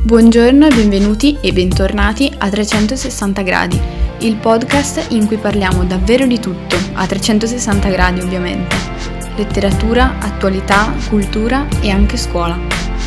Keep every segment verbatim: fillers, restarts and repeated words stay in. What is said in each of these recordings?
Buongiorno e benvenuti e bentornati a trecentosessanta gradi, il podcast in cui parliamo davvero di tutto, a trecentosessanta gradi ovviamente. Letteratura, attualità, cultura e anche scuola.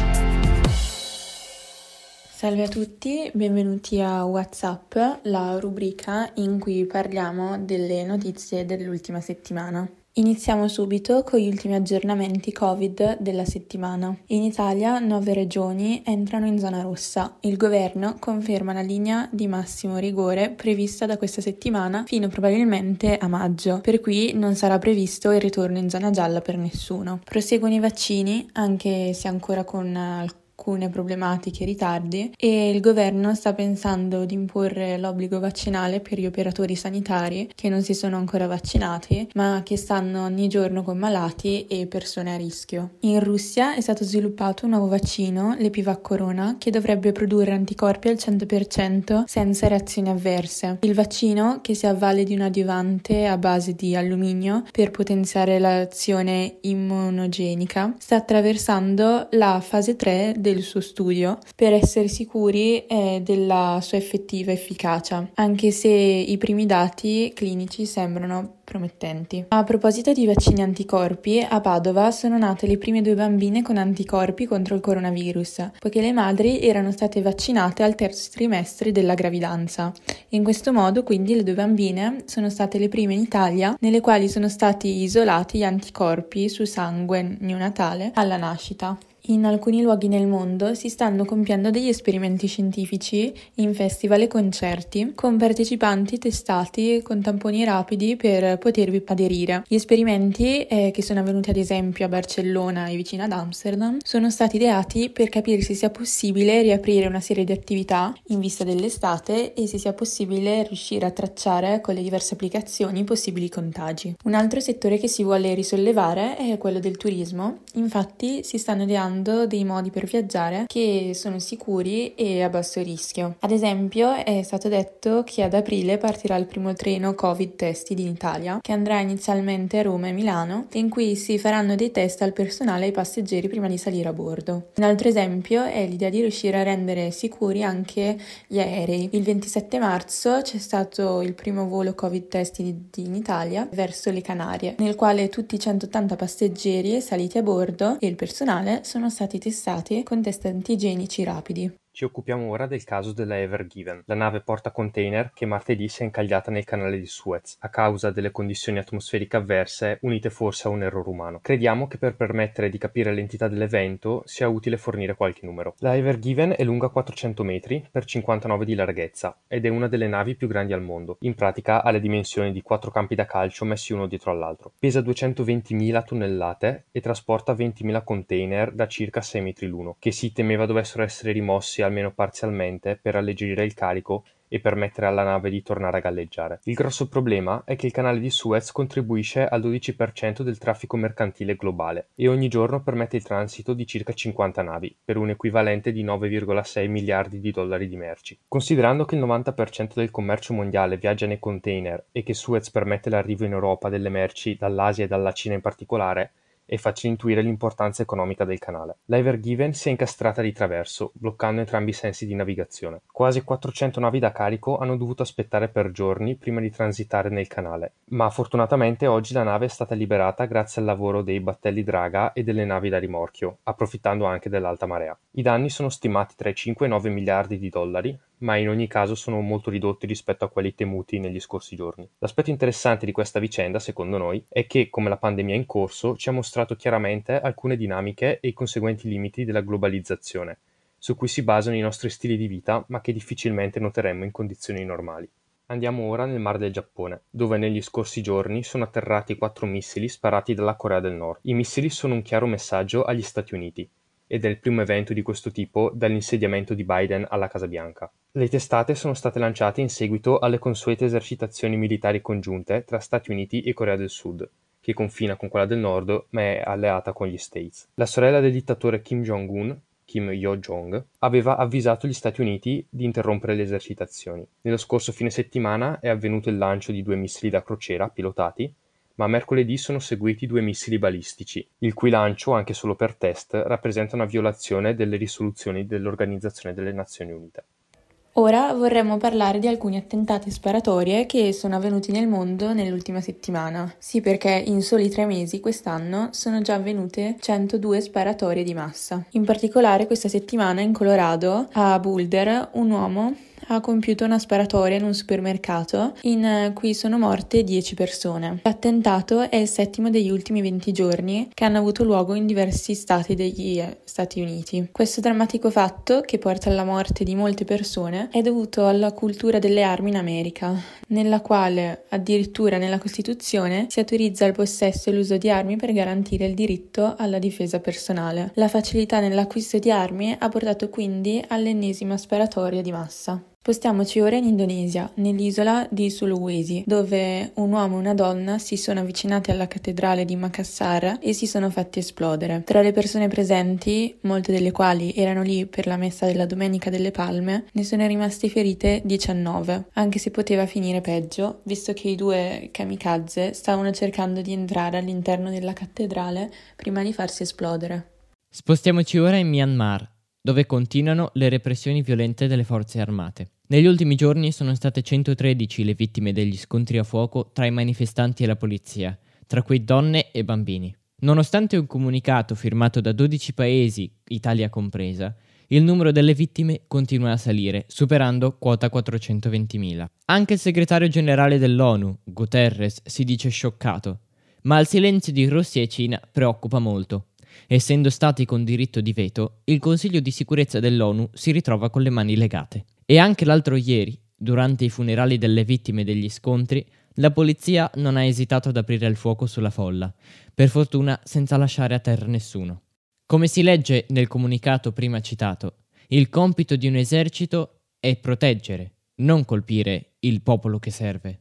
Salve a tutti, benvenuti a WhatsApp, la rubrica in cui parliamo delle notizie dell'ultima settimana. Iniziamo subito con gli ultimi aggiornamenti Covid della settimana. In Italia nove regioni entrano in zona rossa. Il governo conferma la linea di massimo rigore prevista da questa settimana fino probabilmente a maggio, per cui non sarà previsto il ritorno in zona gialla per nessuno. Proseguono i vaccini, anche se ancora con alcuni alcune problematiche e ritardi, e il governo sta pensando di imporre l'obbligo vaccinale per gli operatori sanitari che non si sono ancora vaccinati ma che stanno ogni giorno con malati e persone a rischio. In Russia è stato sviluppato un nuovo vaccino, l'Epivac Corona, che dovrebbe produrre anticorpi al cento per cento senza reazioni avverse. Il vaccino, che si avvale di un adiuvante a base di alluminio per potenziare l'azione immunogenica, sta attraversando la fase tre del suo studio per essere sicuri eh, della sua effettiva efficacia, anche se i primi dati clinici sembrano promettenti. A proposito di vaccini anticorpi, a Padova sono nate le prime due bambine con anticorpi contro il coronavirus, poiché le madri erano state vaccinate al terzo trimestre della gravidanza. In questo modo, quindi, le due bambine sono state le prime in Italia nelle quali sono stati isolati gli anticorpi su sangue neonatale alla nascita. In alcuni luoghi nel mondo si stanno compiendo degli esperimenti scientifici in festival e concerti con partecipanti testati con tamponi rapidi per potervi aderire. Gli esperimenti, eh, che sono avvenuti ad esempio a Barcellona e vicino ad Amsterdam, sono stati ideati per capire se sia possibile riaprire una serie di attività in vista dell'estate e se sia possibile riuscire a tracciare con le diverse applicazioni possibili contagi. Un altro settore che si vuole risollevare è quello del turismo. Infatti si stanno ideando dei modi per viaggiare che sono sicuri e a basso rischio. Ad esempio è stato detto che ad aprile partirà il primo treno Covid Tested in Italia, che andrà inizialmente a Roma e Milano, e in cui si faranno dei test al personale e ai passeggeri prima di salire a bordo. Un altro esempio è l'idea di riuscire a rendere sicuri anche gli aerei. Il ventisette marzo c'è stato il primo volo Covid Tested in Italia verso le Canarie, nel quale tutti i centottanta passeggeri saliti a bordo e il personale sono stati testati con test antigenici rapidi. Ci occupiamo ora del caso della Ever Given, la nave portacontainer che martedì si è incagliata nel canale di Suez a causa delle condizioni atmosferiche avverse unite forse a un errore umano. Crediamo che per permettere di capire l'entità dell'evento sia utile fornire qualche numero. La Ever Given è lunga quattrocento metri per cinquantanove di larghezza ed è una delle navi più grandi al mondo. In pratica ha le dimensioni di quattro campi da calcio messi uno dietro all'altro. Pesa duecentoventimila tonnellate e trasporta ventimila container da circa sei metri l'uno, che si temeva dovessero essere rimossi almeno parzialmente per alleggerire il carico e permettere alla nave di tornare a galleggiare. Il grosso problema è che il canale di Suez contribuisce al dodici per cento del traffico mercantile globale e ogni giorno permette il transito di circa cinquanta navi, per un equivalente di nove virgola sei miliardi di dollari di merci. Considerando che il novanta per cento del commercio mondiale viaggia nei container e che Suez permette l'arrivo in Europa delle merci dall'Asia e dalla Cina in particolare, è facile intuire l'importanza economica del canale. La Ever Given si è incastrata di traverso, bloccando entrambi i sensi di navigazione. Quasi quattrocento navi da carico hanno dovuto aspettare per giorni prima di transitare nel canale, ma fortunatamente oggi la nave è stata liberata grazie al lavoro dei battelli draga e delle navi da rimorchio, approfittando anche dell'alta marea. I danni sono stimati tra i cinque e i nove miliardi di dollari, ma in ogni caso sono molto ridotti rispetto a quelli temuti negli scorsi giorni. L'aspetto interessante di questa vicenda, secondo noi, è che, come la pandemia in corso, ci ha mostrato chiaramente alcune dinamiche e i conseguenti limiti della globalizzazione, su cui si basano i nostri stili di vita, ma che difficilmente noteremmo in condizioni normali. Andiamo ora nel Mar del Giappone, dove negli scorsi giorni sono atterrati quattro missili sparati dalla Corea del Nord. I missili sono un chiaro messaggio agli Stati Uniti, ed è il primo evento di questo tipo dall'insediamento di Biden alla Casa Bianca. Le testate sono state lanciate in seguito alle consuete esercitazioni militari congiunte tra Stati Uniti e Corea del Sud, che confina con quella del Nord ma è alleata con gli States. La sorella del dittatore Kim Jong-un, Kim Yo-jong, aveva avvisato gli Stati Uniti di interrompere le esercitazioni. Nello scorso fine settimana è avvenuto il lancio di due missili da crociera pilotati ma mercoledì sono seguiti due missili balistici, il cui lancio, anche solo per test, rappresenta una violazione delle risoluzioni dell'Organizzazione delle Nazioni Unite. Ora vorremmo parlare di alcuni attentati e sparatorie che sono avvenuti nel mondo nell'ultima settimana. Sì, perché in soli tre mesi quest'anno sono già avvenute centodue sparatorie di massa. In particolare questa settimana in Colorado, a Boulder, un uomo ha compiuto una sparatoria in un supermercato in cui sono morte dieci persone. L'attentato è il settimo degli ultimi venti giorni che hanno avuto luogo in diversi stati degli Stati Uniti. Questo drammatico fatto, che porta alla morte di molte persone, è dovuto alla cultura delle armi in America, nella quale addirittura nella Costituzione si autorizza il possesso e l'uso di armi per garantire il diritto alla difesa personale. La facilità nell'acquisto di armi ha portato quindi all'ennesima sparatoria di massa. Spostiamoci ora in Indonesia, nell'isola di Sulawesi, dove un uomo e una donna si sono avvicinati alla cattedrale di Makassar e si sono fatti esplodere. Tra le persone presenti, molte delle quali erano lì per la messa della Domenica delle Palme, ne sono rimaste ferite diciannove, anche se poteva finire peggio, visto che i due kamikaze stavano cercando di entrare all'interno della cattedrale prima di farsi esplodere. Spostiamoci ora in Myanmar, dove continuano le repressioni violente delle forze armate. Negli ultimi giorni sono state centotredici le vittime degli scontri a fuoco tra i manifestanti e la polizia, tra cui donne e bambini. Nonostante un comunicato firmato da dodici paesi, Italia compresa, il numero delle vittime continua a salire, superando quota quattrocentoventimila. Anche il segretario generale dell'ONU, Guterres, si dice scioccato, ma il silenzio di Russia e Cina preoccupa molto. Essendo stati con diritto di veto, il Consiglio di sicurezza dell'ONU si ritrova con le mani legate. E anche l'altro ieri, durante i funerali delle vittime degli scontri, la polizia non ha esitato ad aprire il fuoco sulla folla, per fortuna senza lasciare a terra nessuno. Come si legge nel comunicato prima citato, il compito di un esercito è proteggere, non colpire il popolo che serve.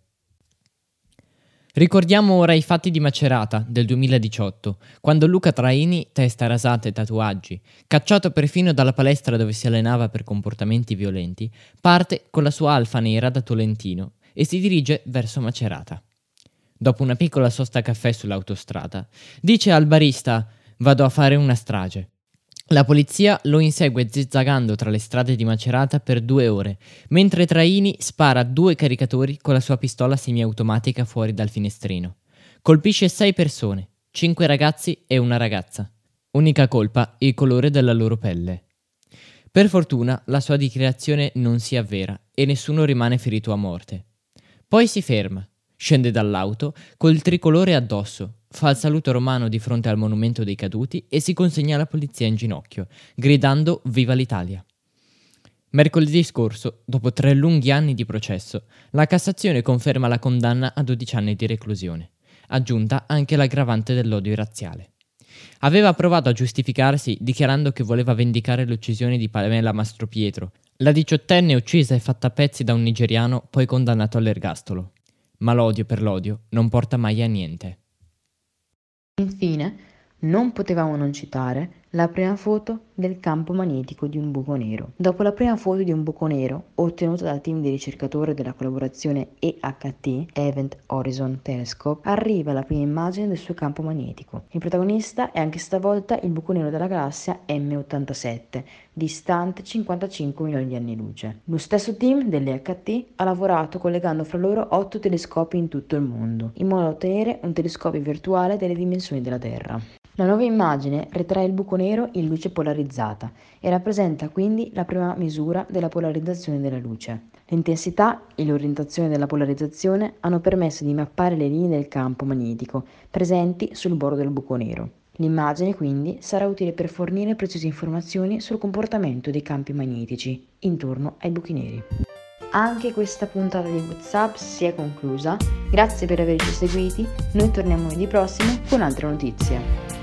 Ricordiamo ora i fatti di Macerata del duemiladiciotto, quando Luca Traini, testa rasata e tatuaggi, cacciato perfino dalla palestra dove si allenava per comportamenti violenti, parte con la sua Alfa nera da Tolentino e si dirige verso Macerata. Dopo una piccola sosta caffè sull'autostrada, dice al barista «Vado a fare una strage». La polizia lo insegue zizzagando tra le strade di Macerata per due ore, mentre Traini spara due caricatori con la sua pistola semiautomatica fuori dal finestrino. Colpisce sei persone, cinque ragazzi e una ragazza. Unica colpa, il colore della loro pelle. Per fortuna la sua dichiarazione non si avvera e nessuno rimane ferito a morte. Poi si ferma, scende dall'auto col tricolore addosso, fa il saluto romano di fronte al monumento dei caduti e si consegna alla polizia in ginocchio, gridando «Viva l'Italia!». Mercoledì scorso, dopo tre lunghi anni di processo, la Cassazione conferma la condanna a dodici anni di reclusione, aggiunta anche l'aggravante dell'odio razziale. Aveva provato a giustificarsi dichiarando che voleva vendicare l'uccisione di Pamela Mastropietro, la diciottenne uccisa e fatta a pezzi da un nigeriano poi condannato all'ergastolo. Ma l'odio per l'odio non porta mai a niente. Infine, non potevamo non citare la prima foto del campo magnetico di un buco nero. Dopo la prima foto di un buco nero, ottenuta dal team di ricercatori della collaborazione E H T, Event Horizon Telescope, arriva la prima immagine del suo campo magnetico. Il protagonista è anche stavolta il buco nero della galassia M ottantasette, distante cinquantacinque milioni di anni luce. Lo stesso team dell'E H T ha lavorato collegando fra loro otto telescopi in tutto il mondo, in modo da ottenere un telescopio virtuale delle dimensioni della Terra. La nuova immagine ritrae il buco nero in luce polarizzata e rappresenta quindi la prima misura della polarizzazione della luce. L'intensità e l'orientazione della polarizzazione hanno permesso di mappare le linee del campo magnetico presenti sul bordo del buco nero. L'immagine quindi sarà utile per fornire precise informazioni sul comportamento dei campi magnetici intorno ai buchi neri. Anche questa puntata di WhatsApp si è conclusa. Grazie per averci seguiti. Noi torniamo lunedì prossimo con altre notizie.